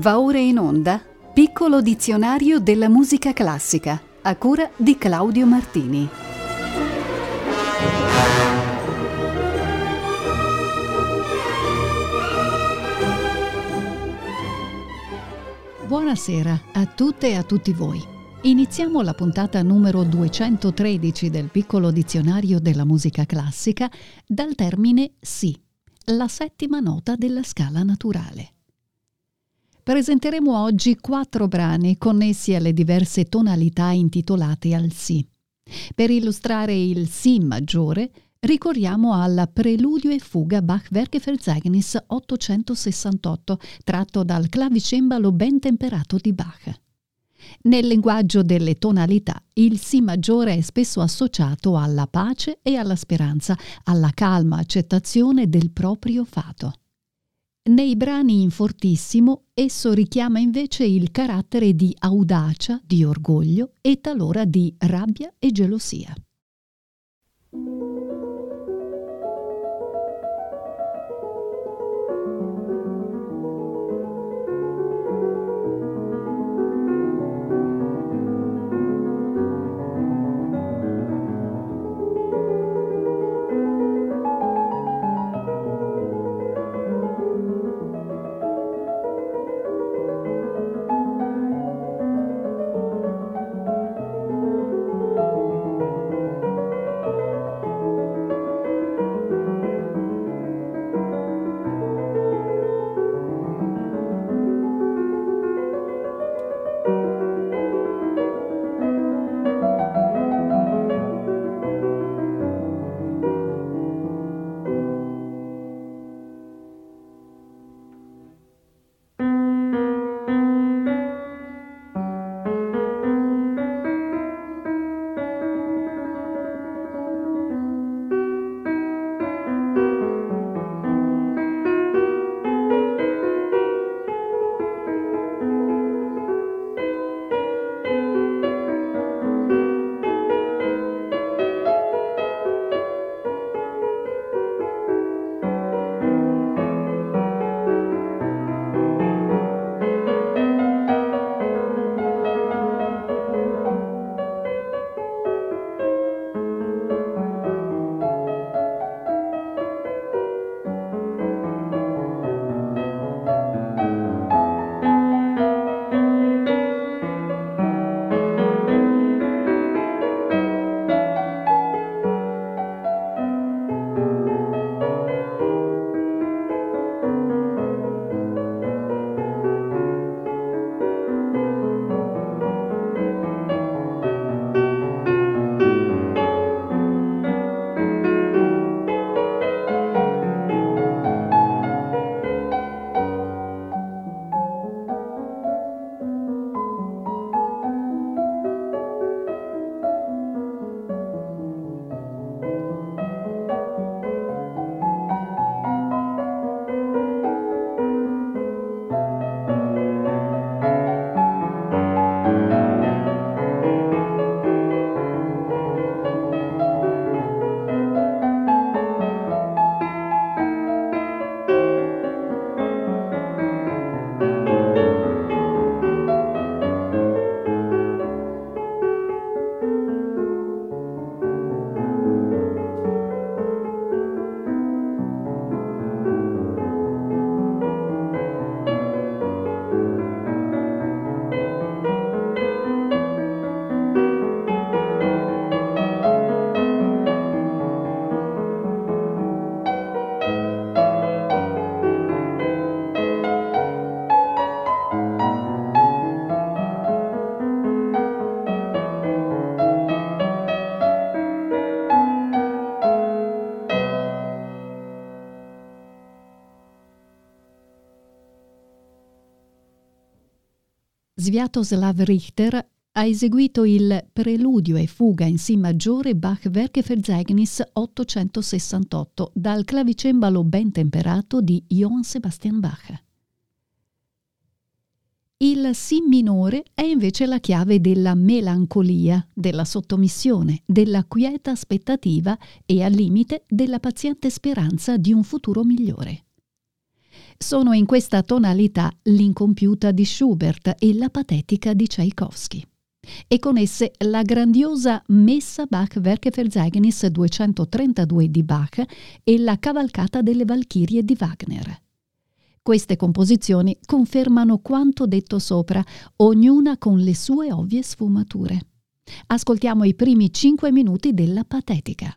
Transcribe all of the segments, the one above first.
Va ora in onda Piccolo dizionario della musica classica, a cura di Claudio Martini. Buonasera a tutte e a tutti voi. Iniziamo la puntata numero 213 del Piccolo dizionario della musica classica dal termine Si, la settima nota della scala naturale. Presenteremo oggi 4 brani connessi alle diverse tonalità intitolate al Si. Per illustrare il Si maggiore ricorriamo al Preludio e Fuga Bach-Werkverzeichnis 868, tratto dal clavicembalo ben temperato di Bach. Nel linguaggio delle tonalità, il Si maggiore è spesso associato alla pace e alla speranza, alla calma accettazione del proprio fato. Nei brani in fortissimo, esso richiama invece il carattere di audacia, di orgoglio e talora di rabbia e gelosia. Sviatoslav Richter ha eseguito il Preludio e Fuga in Si maggiore Bach-Werkverzeichnis 868 dal clavicembalo ben temperato di Johann Sebastian Bach. Il Si minore è invece la chiave della melancolia, della sottomissione, della quieta aspettativa e al limite della paziente speranza di un futuro migliore. Sono in questa tonalità l'incompiuta di Schubert e la patetica di Tchaikovsky. E con esse la grandiosa Messa Bach-Werkverzeichnis 232 di Bach e la Cavalcata delle Valchirie di Wagner. Queste composizioni confermano quanto detto sopra, ognuna con le sue ovvie sfumature. Ascoltiamo i primi 5 minuti della patetica.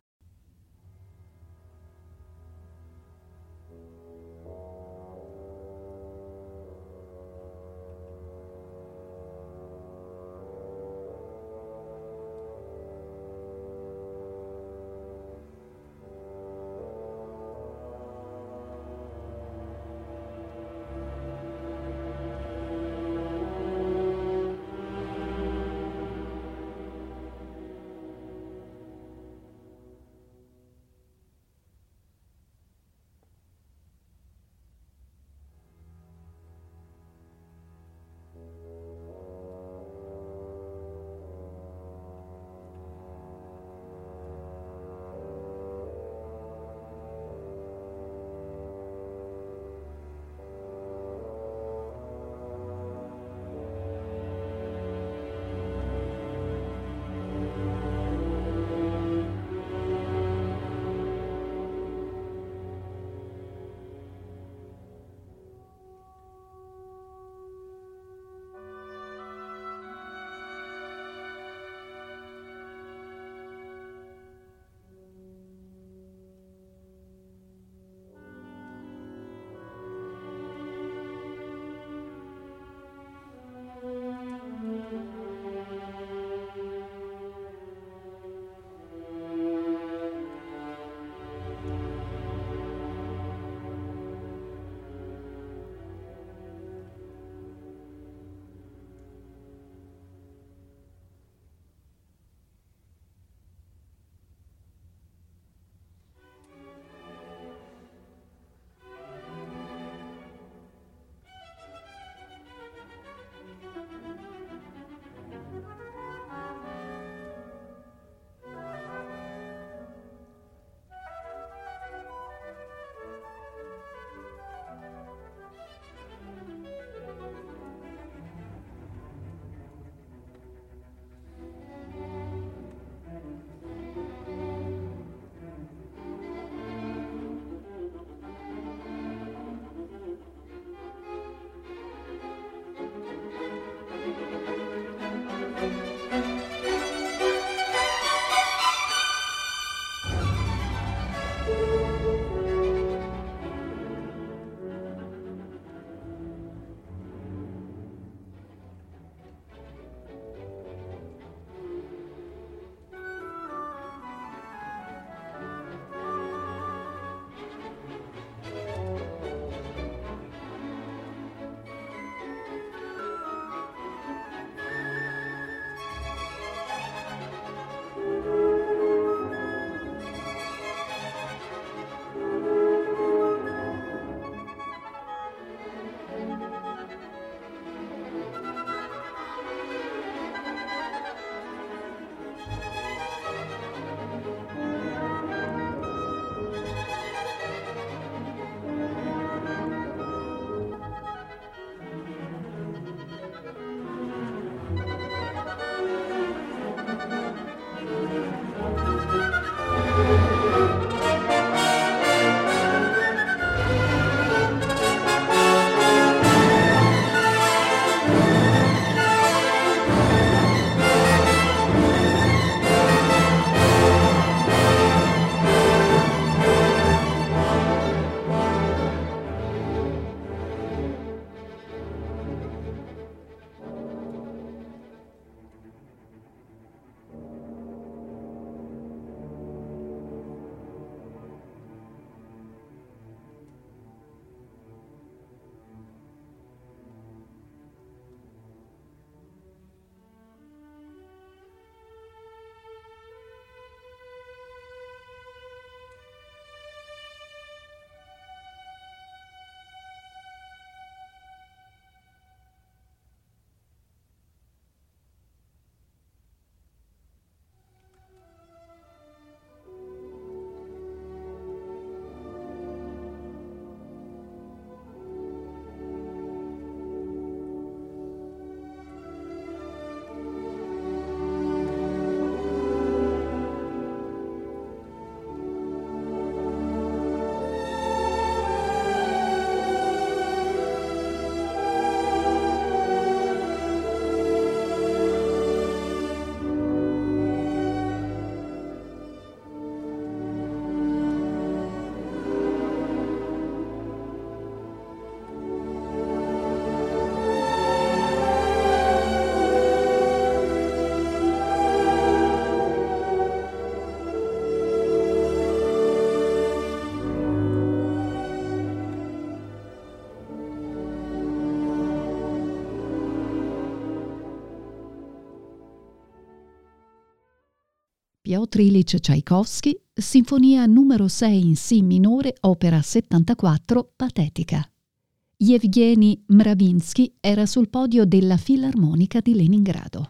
Piotr Ilyich Tchaikovsky, Sinfonia numero 6 in Si minore, opera 74, Patetica. Yevgeny Mravinsky era sul podio della Filarmonica di Leningrado.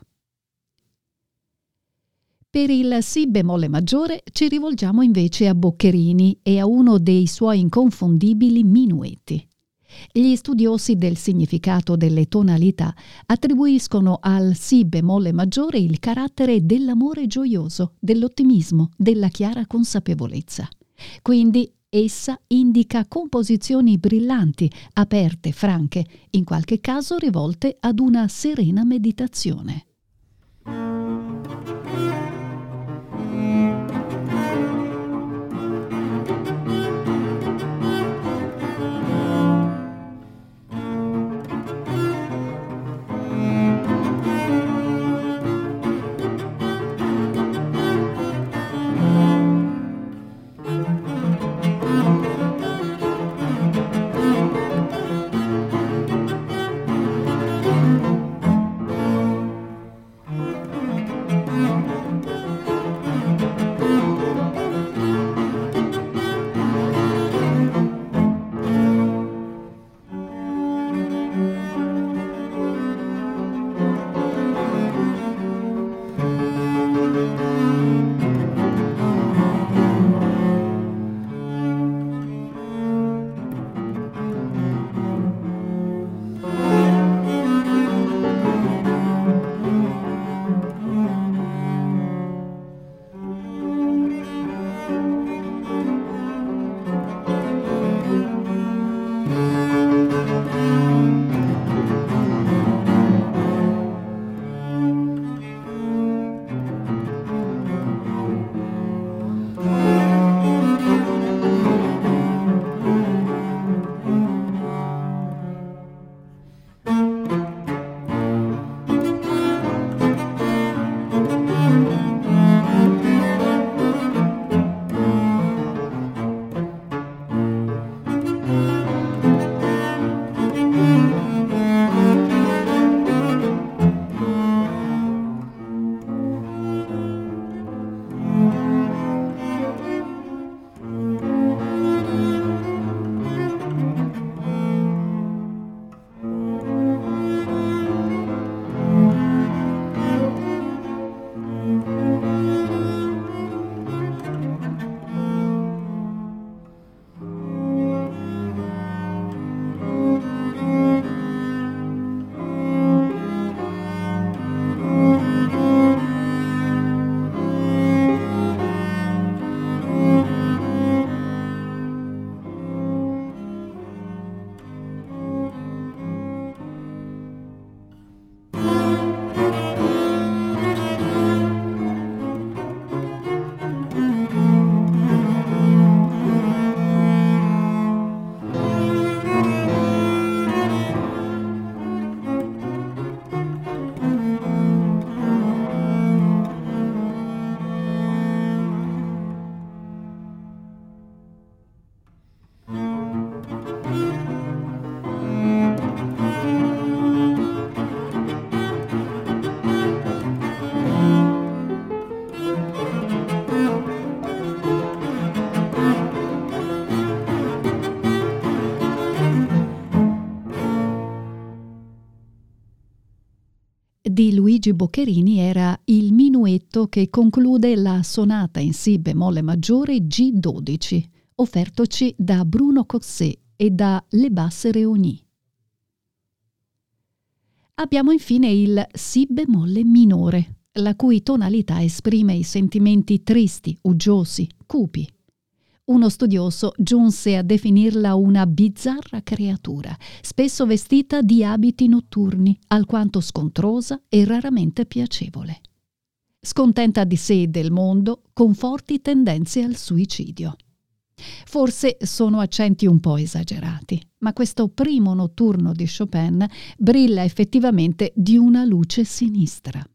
Per il Si bemolle maggiore ci rivolgiamo invece a Boccherini e a uno dei suoi inconfondibili minuetti. Gli studiosi del significato delle tonalità attribuiscono al Si bemolle maggiore il carattere dell'amore gioioso, dell'ottimismo, della chiara consapevolezza. Quindi essa indica composizioni brillanti, aperte, franche, in qualche caso rivolte ad una serena meditazione. Di Luigi Boccherini era il minuetto che conclude la sonata in Si bemolle maggiore G12, offertoci da Bruno Cossé e da Le Basses Réunies. Abbiamo infine il Si bemolle minore, la cui tonalità esprime i sentimenti tristi, uggiosi, cupi. Uno studioso giunse a definirla una bizzarra creatura, spesso vestita di abiti notturni, alquanto scontrosa e raramente piacevole. Scontenta di sé e del mondo, con forti tendenze al suicidio. Forse sono accenti un po' esagerati, ma questo primo notturno di Chopin brilla effettivamente di una luce sinistra.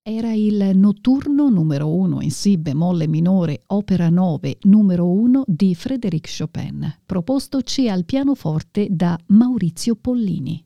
Era il notturno numero 1 in Si bemolle minore, opera 9, numero 1 di Frédéric Chopin, propostoci al pianoforte da Maurizio Pollini.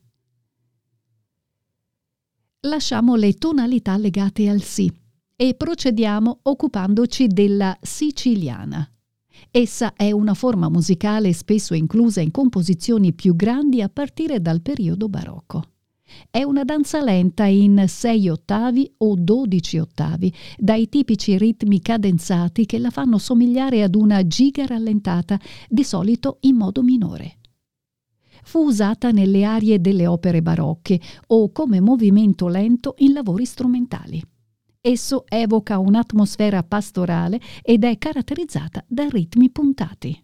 Lasciamo le tonalità legate al Si e procediamo occupandoci della siciliana. Essa è una forma musicale spesso inclusa in composizioni più grandi a partire dal periodo barocco. È una danza lenta in 6 ottavi o 12 ottavi, dai tipici ritmi cadenzati che la fanno somigliare ad una giga rallentata, di solito in modo minore. Fu usata nelle arie delle opere barocche o come movimento lento in lavori strumentali. Esso evoca un'atmosfera pastorale ed è caratterizzata da ritmi puntati.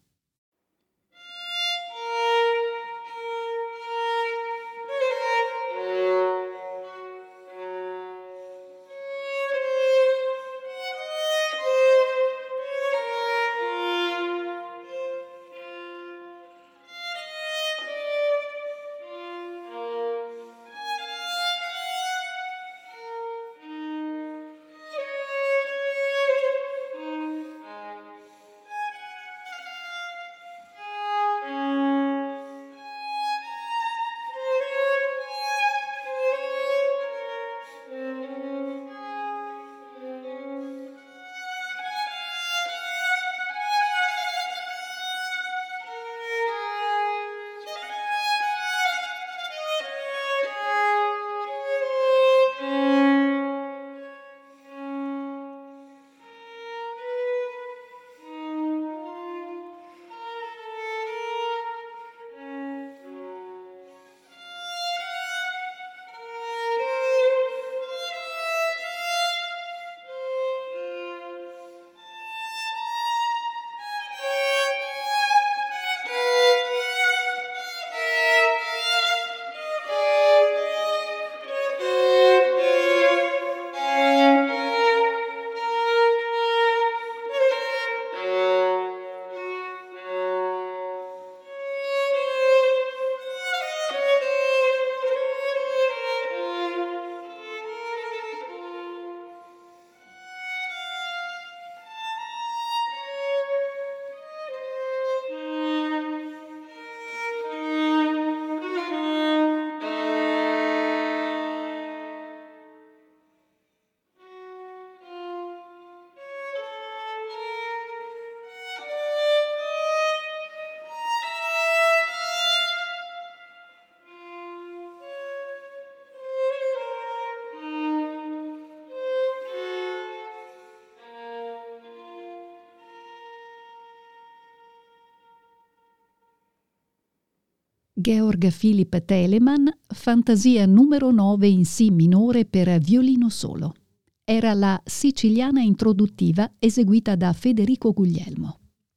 Georg Philipp Telemann, fantasia numero 9 in Si minore per violino solo. Era la siciliana introduttiva eseguita da Federico Guglielmo.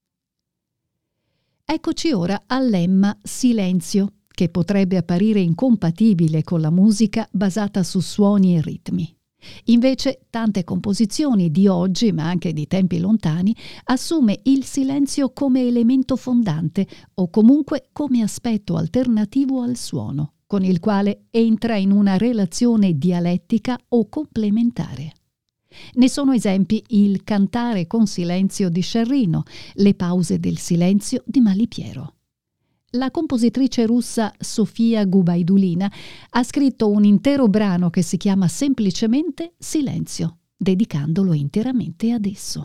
Eccoci ora al lemma silenzio, che potrebbe apparire incompatibile con la musica basata su suoni e ritmi. Invece, tante composizioni di oggi, ma anche di tempi lontani, assume il silenzio come elemento fondante o comunque come aspetto alternativo al suono, con il quale entra in una relazione dialettica o complementare. Ne sono esempi il cantare con silenzio di Sciarrino, le pause del silenzio di Malipiero. La compositrice russa Sofia Gubaidulina ha scritto un intero brano che si chiama semplicemente Silenzio, dedicandolo interamente ad esso.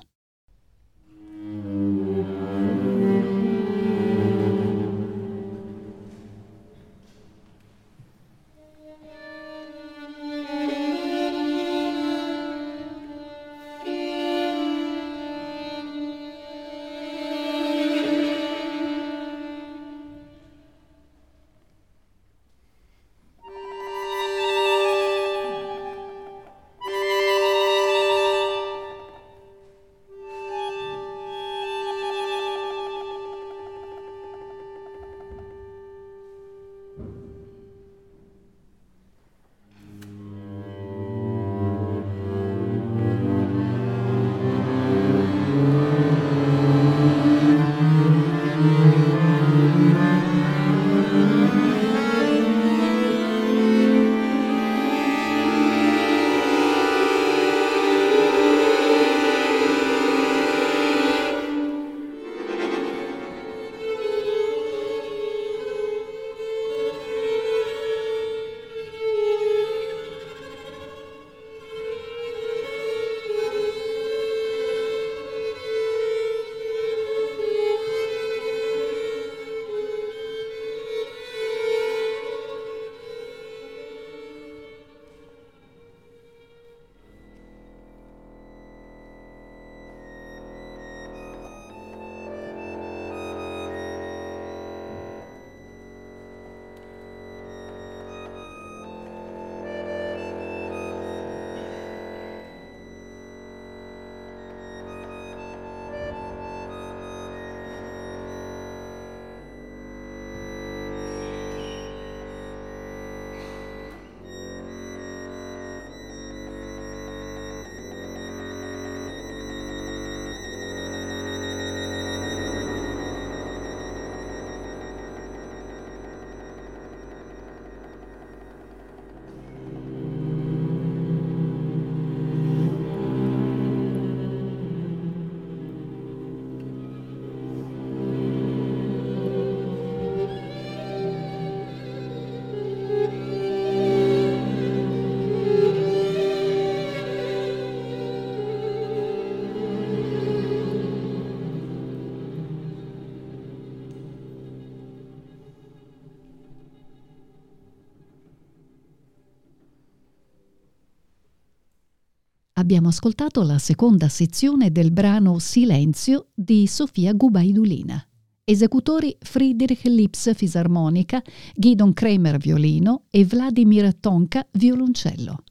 abbiamo ascoltato la seconda sezione del brano Silenzio di Sofia Gubaidulina. Esecutori Friedrich Lips fisarmonica, Gidon Kremer violino e Vladimir Tonka violoncello.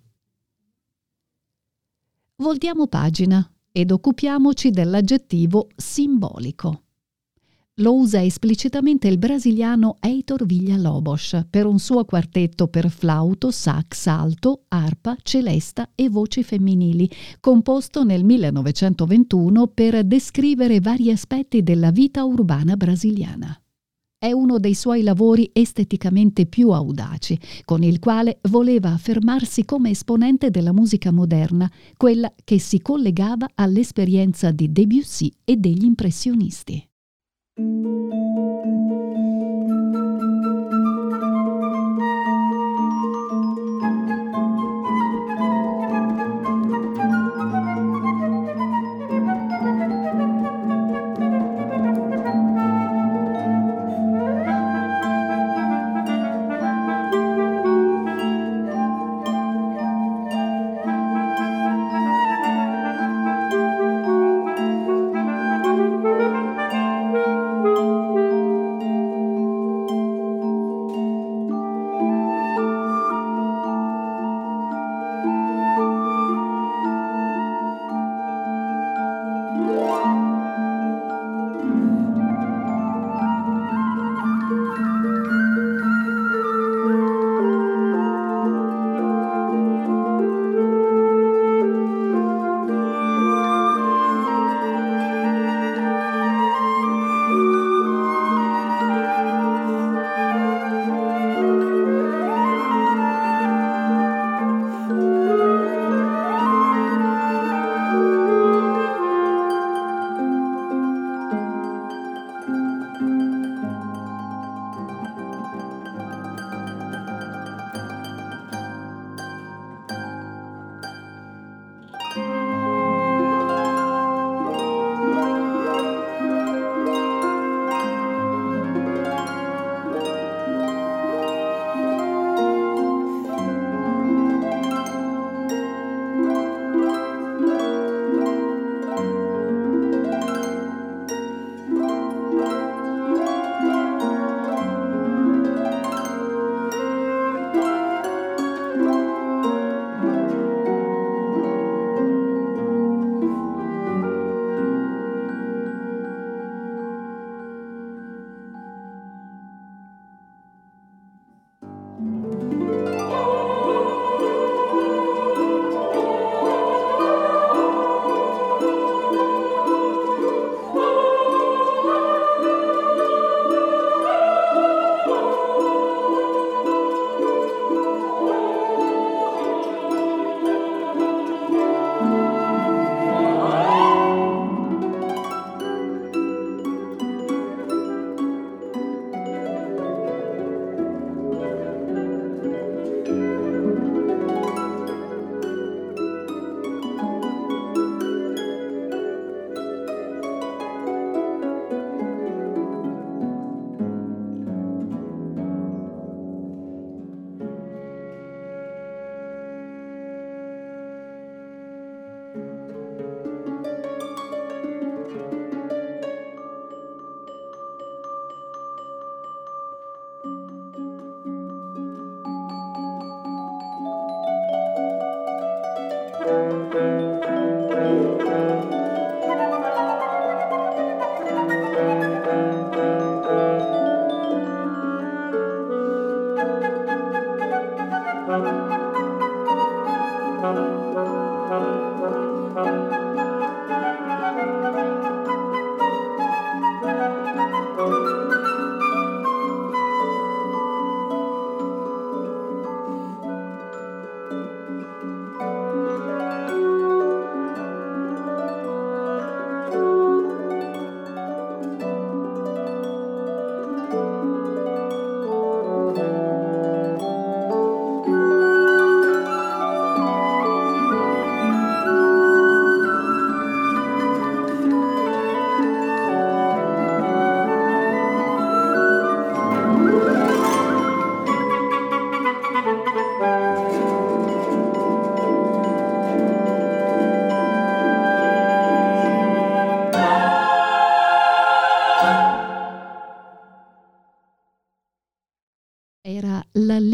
Voltiamo pagina ed occupiamoci dell'aggettivo simbolico. Lo usa esplicitamente il brasiliano Heitor Villa-Lobos per un suo quartetto per flauto, sax alto, arpa, celesta e voci femminili, composto nel 1921 per descrivere vari aspetti della vita urbana brasiliana. È uno dei suoi lavori esteticamente più audaci, con il quale voleva affermarsi come esponente della musica moderna, quella che si collegava all'esperienza di Debussy e degli impressionisti.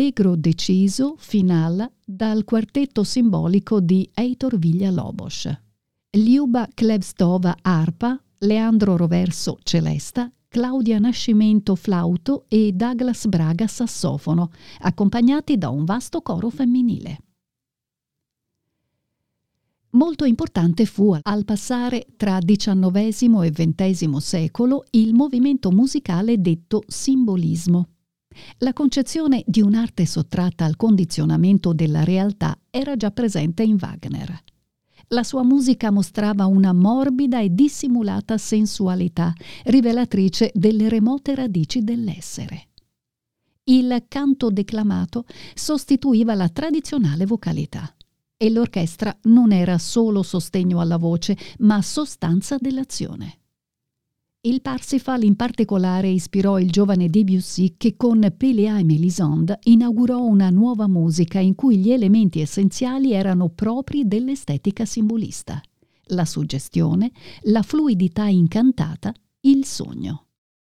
allegro deciso final dal quartetto simbolico di Heitor Villa-Lobos. Ljuba Klevstova arpa, Leandro Roverso celesta, Claudia Nascimento flauto e Douglas Braga sassofono, accompagnati da un vasto coro femminile. Molto importante fu al passare tra XIX e XX secolo il movimento musicale detto simbolismo. La concezione di un'arte sottratta al condizionamento della realtà era già presente in Wagner. La sua musica mostrava una morbida e dissimulata sensualità, rivelatrice delle remote radici dell'essere. Il canto declamato sostituiva la tradizionale vocalità e l'orchestra non era solo sostegno alla voce, ma sostanza dell'azione. Il Parsifal in particolare ispirò il giovane Debussy che con Péléas et Mélisande inaugurò una nuova musica in cui gli elementi essenziali erano propri dell'estetica simbolista: la suggestione, la fluidità incantata, il sogno.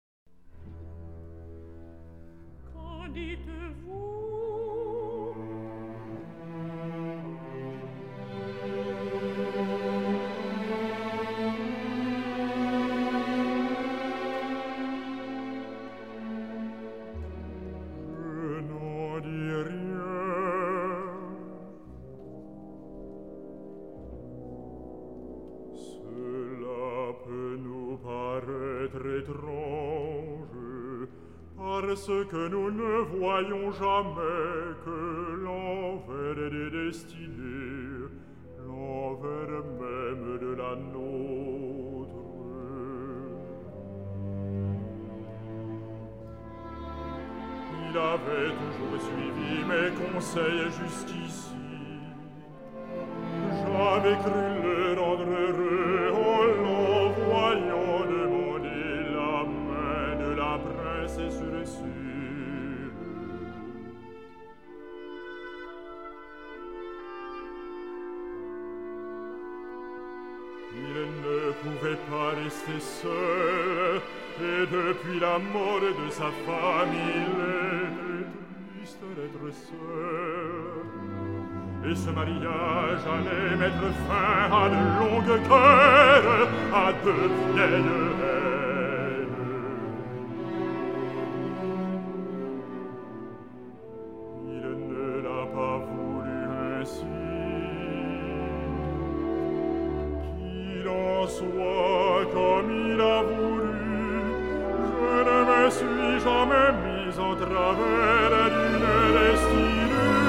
Parce que nous ne voyons jamais que l'envers des destinées, l'envers même de la nôtre. Il avait toujours suivi mes conseils jusqu'ici. J'avais cru le rendre heureux en l'envoyant demander la main de la princesse reçue. Il ne pouvait pas rester seul, et depuis la mort de sa femme, il était triste d'être seul. Et ce mariage allait mettre fin à de longues querelles, à de vieilles haines. Il ne l'a pas voulu ainsi. Qu'il en soit comme il a voulu, je ne me suis jamais mis en travers d'une destinée.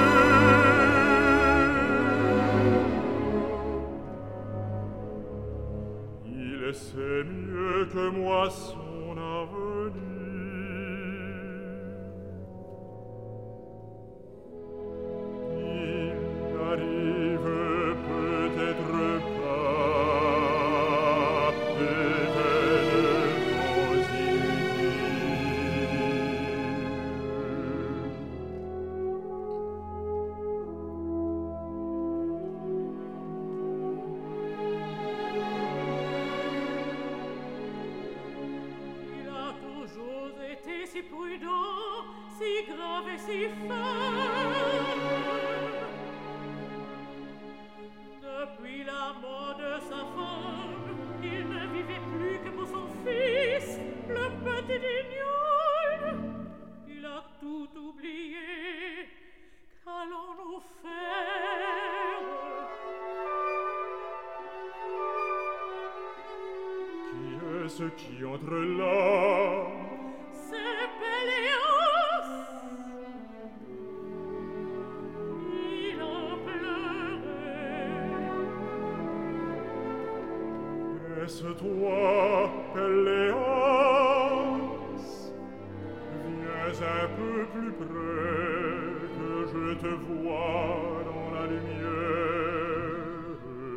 C'est mieux que moi son avenir. Il n'arrive peut-être pas de si prudent, si grave et si ferme. Depuis la mort de sa femme, il ne vivait plus que pour son fils, le petit Dignol. Il a tout oublié. Qu'allons-nous faire? Qui est-ce qui entre là? C'est Péléas. Il a pleuré. Est-ce toi, Péléas? Viens un peu plus près, que je te vois dans la lumière.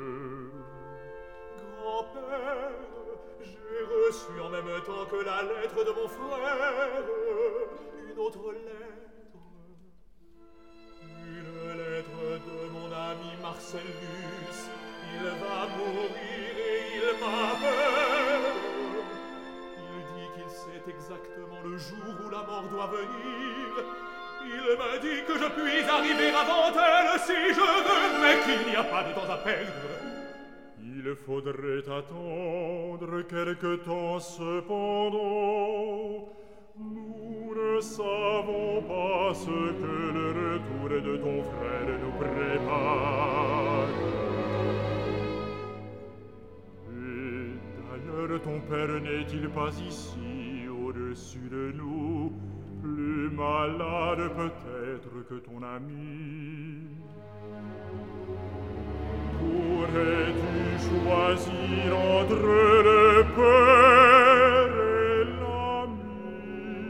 Grand-père, j'ai reçu en même temps que la lettre de mon frère une autre lettre. Une lettre de mon ami Marcellus. Il va mourir et il m'appelle. Il dit qu'il sait exactement le jour où la mort doit venir. Il Il me dit que je puis arriver avant elle si je veux, mais qu'il n'y a pas de temps à perdre. Il faudrait attendre quelque temps cependant. Nous ne savons pas ce que le retour de ton frère nous prépare. Et d'ailleurs ton père n'est-il pas ici, au-dessus de nous, plus malade peut-être que ton ami? Pourrais-tu choisir entre le père et l'ami?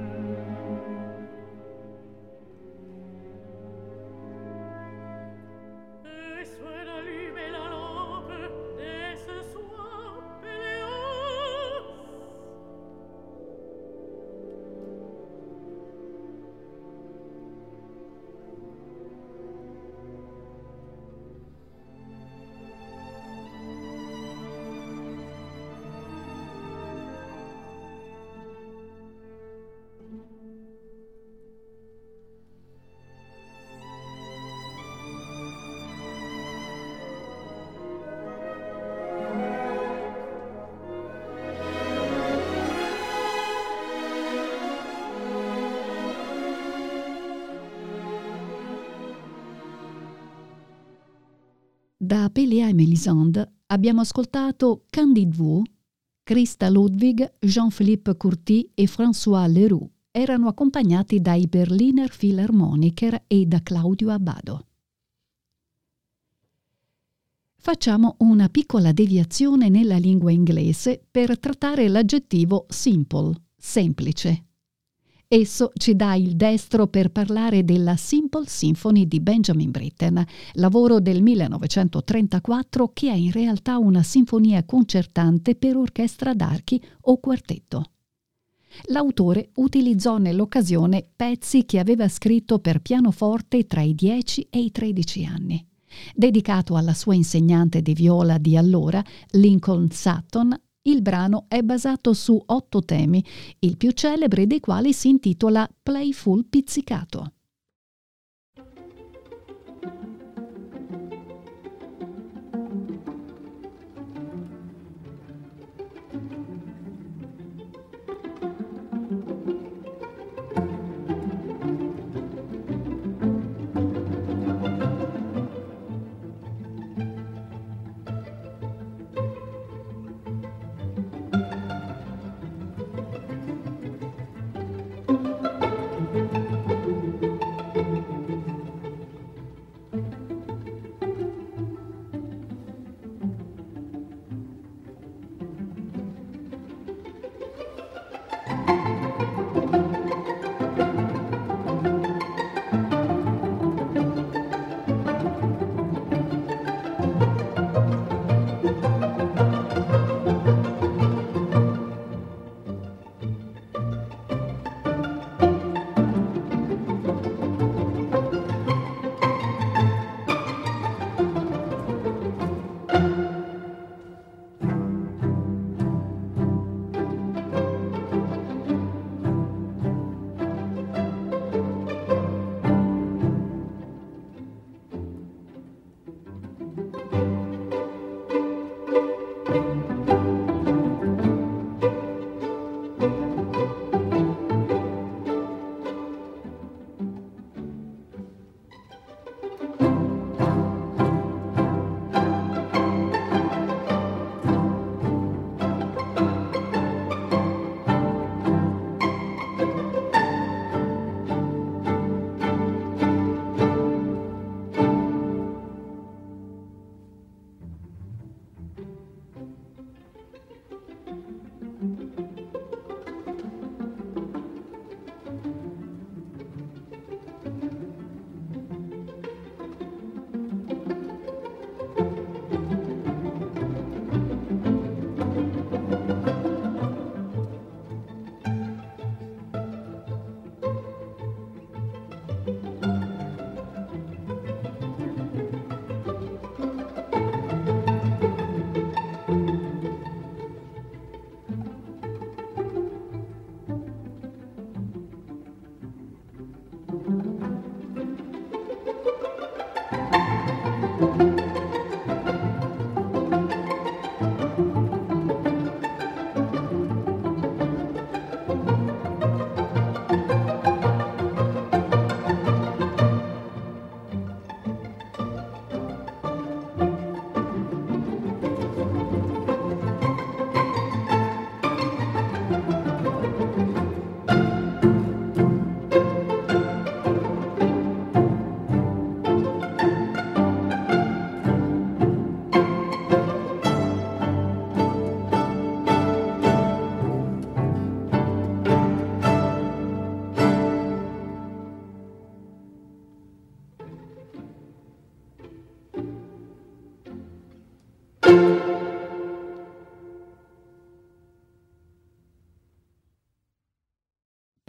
Et souhaite allumer la lampe dès ce soir, Péléas. Da Péléas et Mélisande abbiamo ascoltato Candide Vous. Christa Ludwig, Jean-Philippe Curti e François Leroux erano accompagnati dai Berliner Philharmoniker e da Claudio Abbado. Facciamo una piccola deviazione nella lingua inglese per trattare l'aggettivo simple, semplice. Esso ci dà il destro per parlare della Simple Symphony di Benjamin Britten, lavoro del 1934 che è in realtà una sinfonia concertante per orchestra d'archi o quartetto. L'autore utilizzò nell'occasione pezzi che aveva scritto per pianoforte tra i 10 e i 13 anni. Dedicato alla sua insegnante di viola di allora, Lincoln Sutton, il brano è basato su 8 temi, il più celebre dei quali si intitola Playful Pizzicato.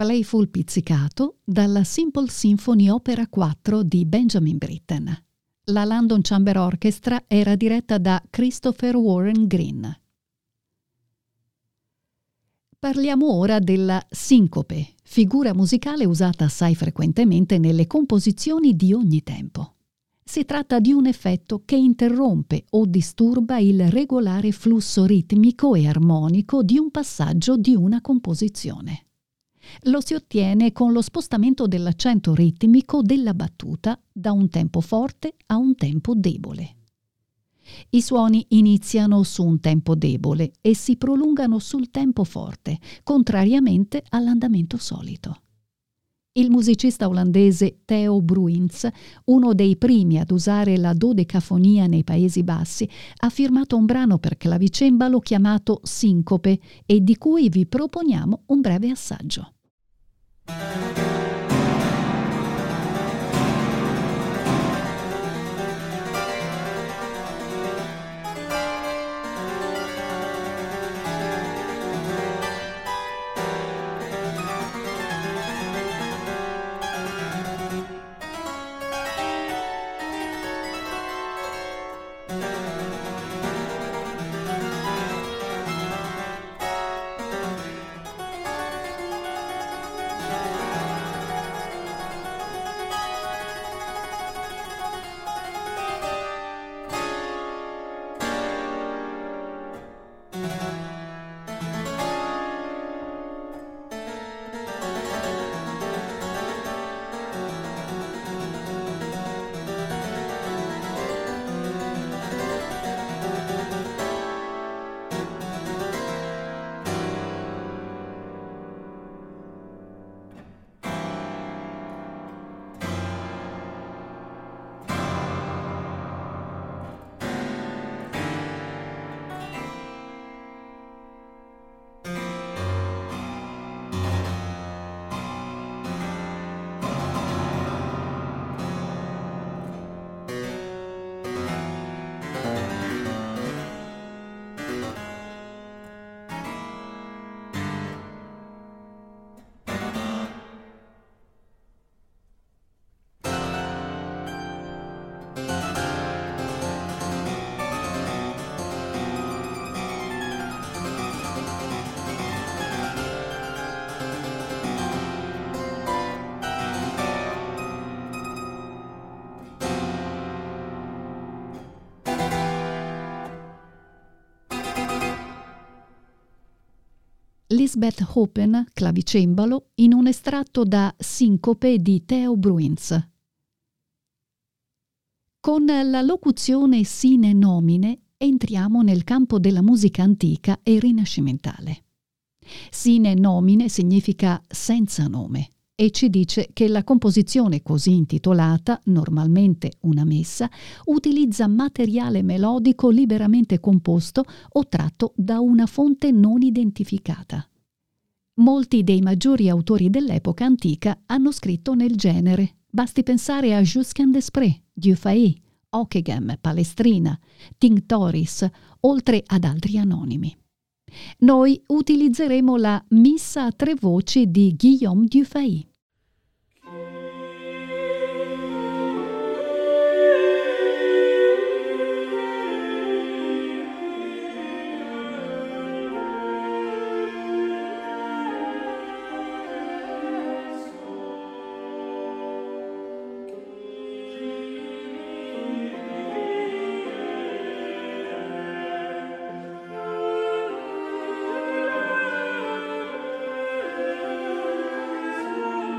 Playful Pizzicato dalla Simple Symphony Opera 4 di Benjamin Britten. La London Chamber Orchestra era diretta da Christopher Warren Green. Parliamo ora della sincope, figura musicale usata assai frequentemente nelle composizioni di ogni tempo. Si tratta di un effetto che interrompe o disturba il regolare flusso ritmico e armonico di un passaggio di una composizione. Lo si ottiene con lo spostamento dell'accento ritmico della battuta da un tempo forte a un tempo debole. I suoni iniziano su un tempo debole e si prolungano sul tempo forte, contrariamente all'andamento solito. Il musicista olandese Theo Bruins, uno dei primi ad usare la dodecafonia nei Paesi Bassi, ha firmato un brano per clavicembalo chiamato Sincope e di cui vi proponiamo un breve assaggio. Lisbeth Hoppen, clavicembalo, in un estratto da Sincope di Theo Bruins. Con la locuzione sine nomine entriamo nel campo della musica antica e rinascimentale. Sine nomine significa senza nome e ci dice che la composizione così intitolata, normalmente una messa, utilizza materiale melodico liberamente composto o tratto da una fonte non identificata. Molti dei maggiori autori dell'epoca antica hanno scritto nel genere. Basti pensare a Jusqu'en Desprez, Dufay, Ockeghem, Palestrina, Tinctoris, oltre ad altri anonimi. Noi utilizzeremo la Missa a tre voci di Guillaume Dufay. Thank you.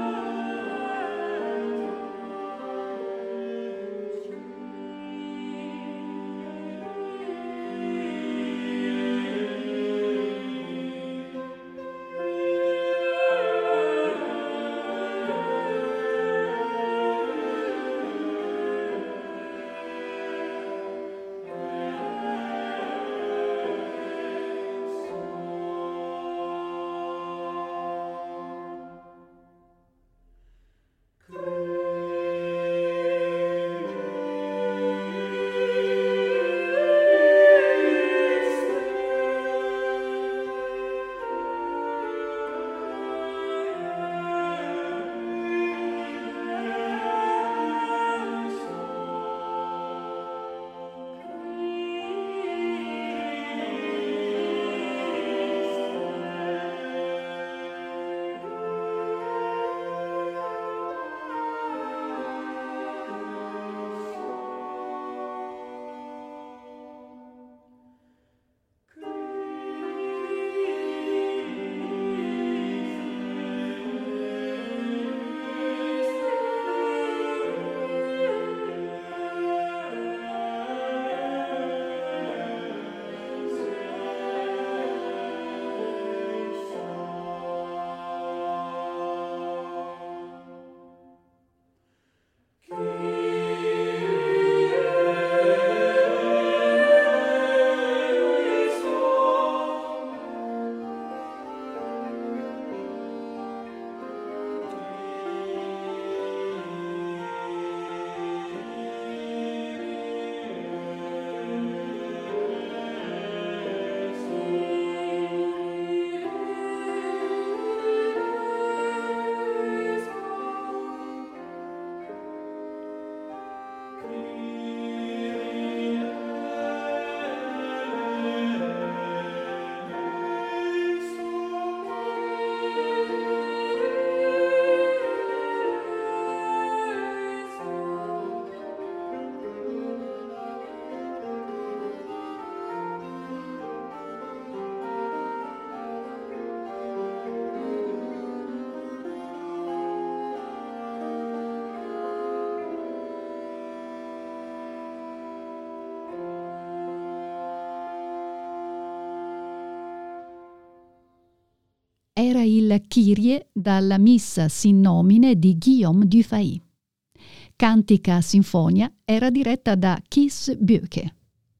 era il Kyrie dalla Missa sin nomine di Guillaume Dufay. Cantica Sinfonia era diretta da Kees Buyke.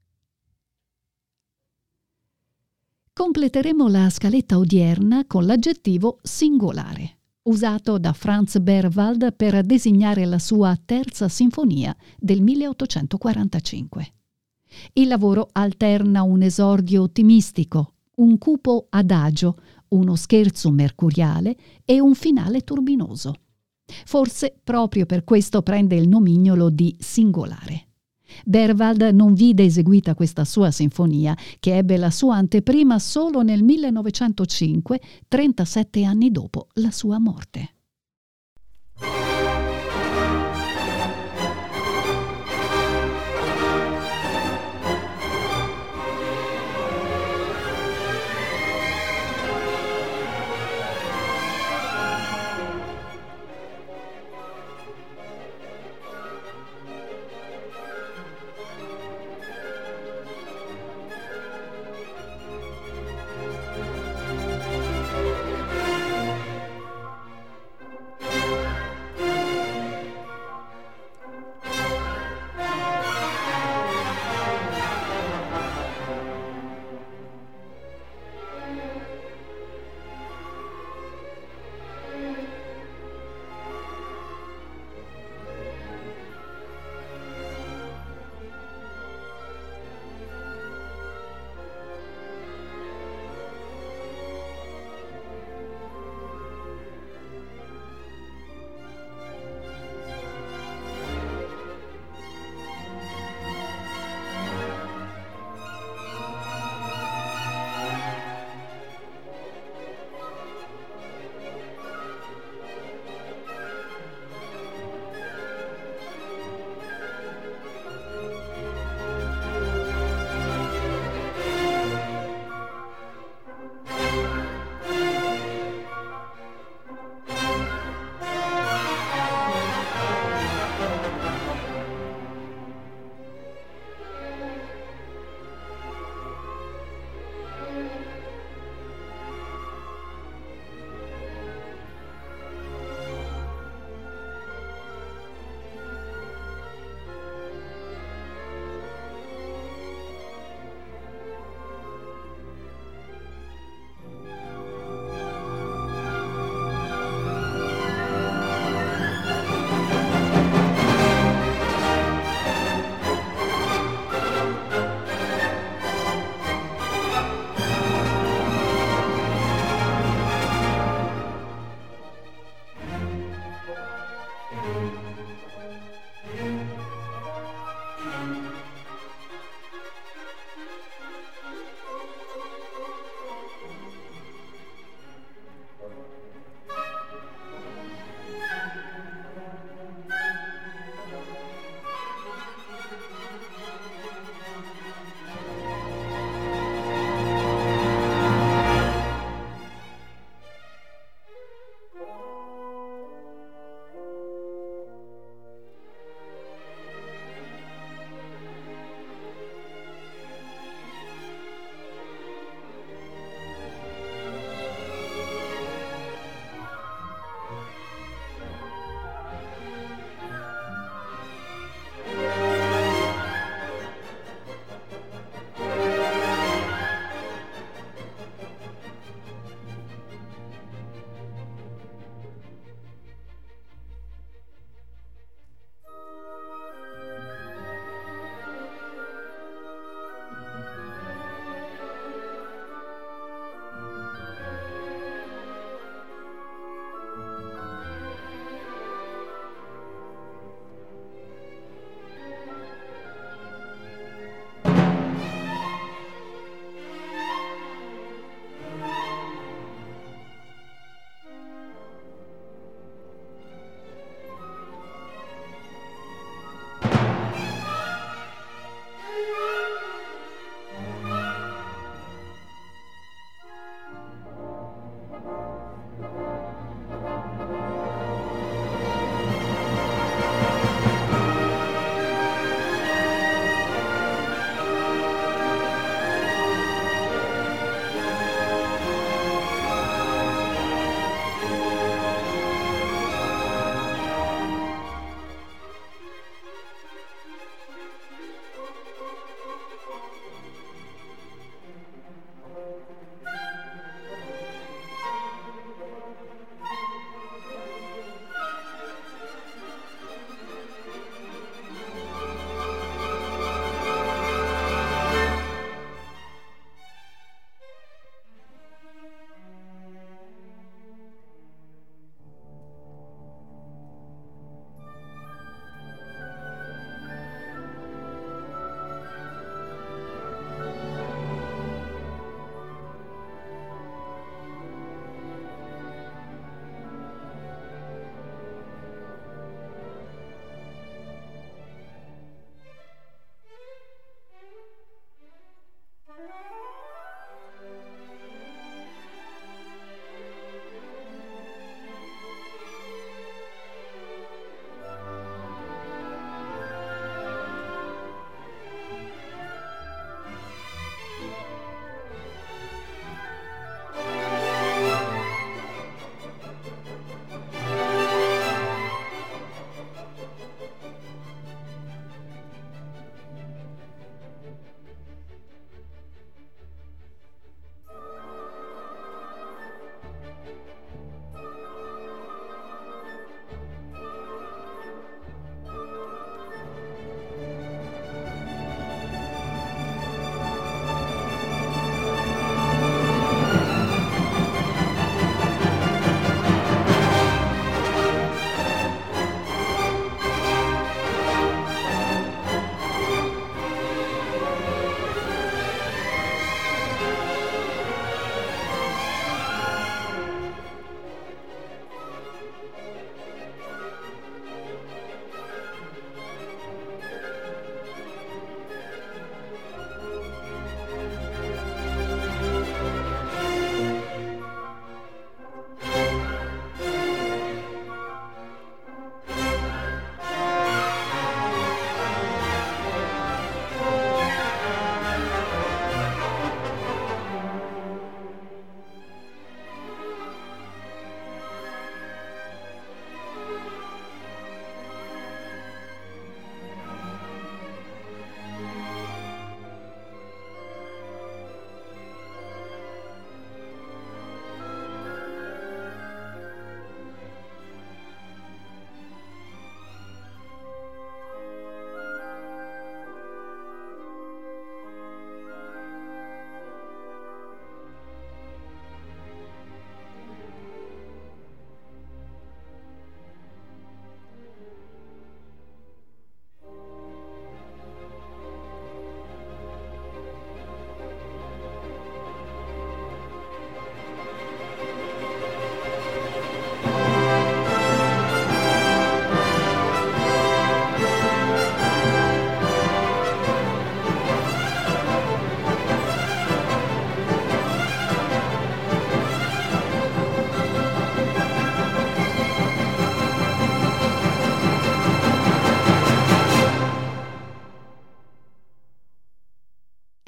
Completeremo la scaletta odierna con l'aggettivo singolare, usato da Franz Berwald per designare la sua terza sinfonia del 1845. Il lavoro alterna un esordio ottimistico, un cupo adagio, uno scherzo mercuriale e un finale turbinoso. Forse proprio per questo prende il nomignolo di singolare. Berwald non vide eseguita questa sua sinfonia, che ebbe la sua anteprima solo nel 1905, 37 anni dopo la sua morte.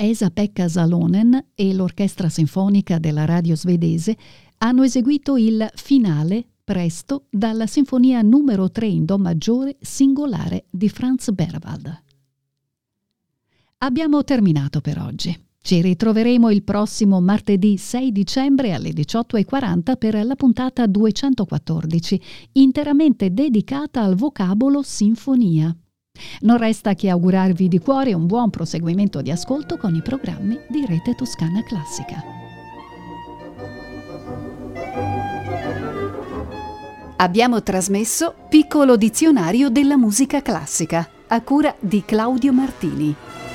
Esa-Pekka Salonen e l'Orchestra Sinfonica della Radio Svedese hanno eseguito il finale presto dalla Sinfonia numero 3 in Do maggiore singolare di Franz Berwald. Abbiamo terminato per oggi. Ci ritroveremo il prossimo martedì 6 dicembre alle 18:40 per la puntata 214, interamente dedicata al vocabolo sinfonia. Non resta che augurarvi di cuore un buon proseguimento di ascolto con i programmi di Rete Toscana Classica. Abbiamo trasmesso Piccolo dizionario della musica classica, a cura di Claudio Martini.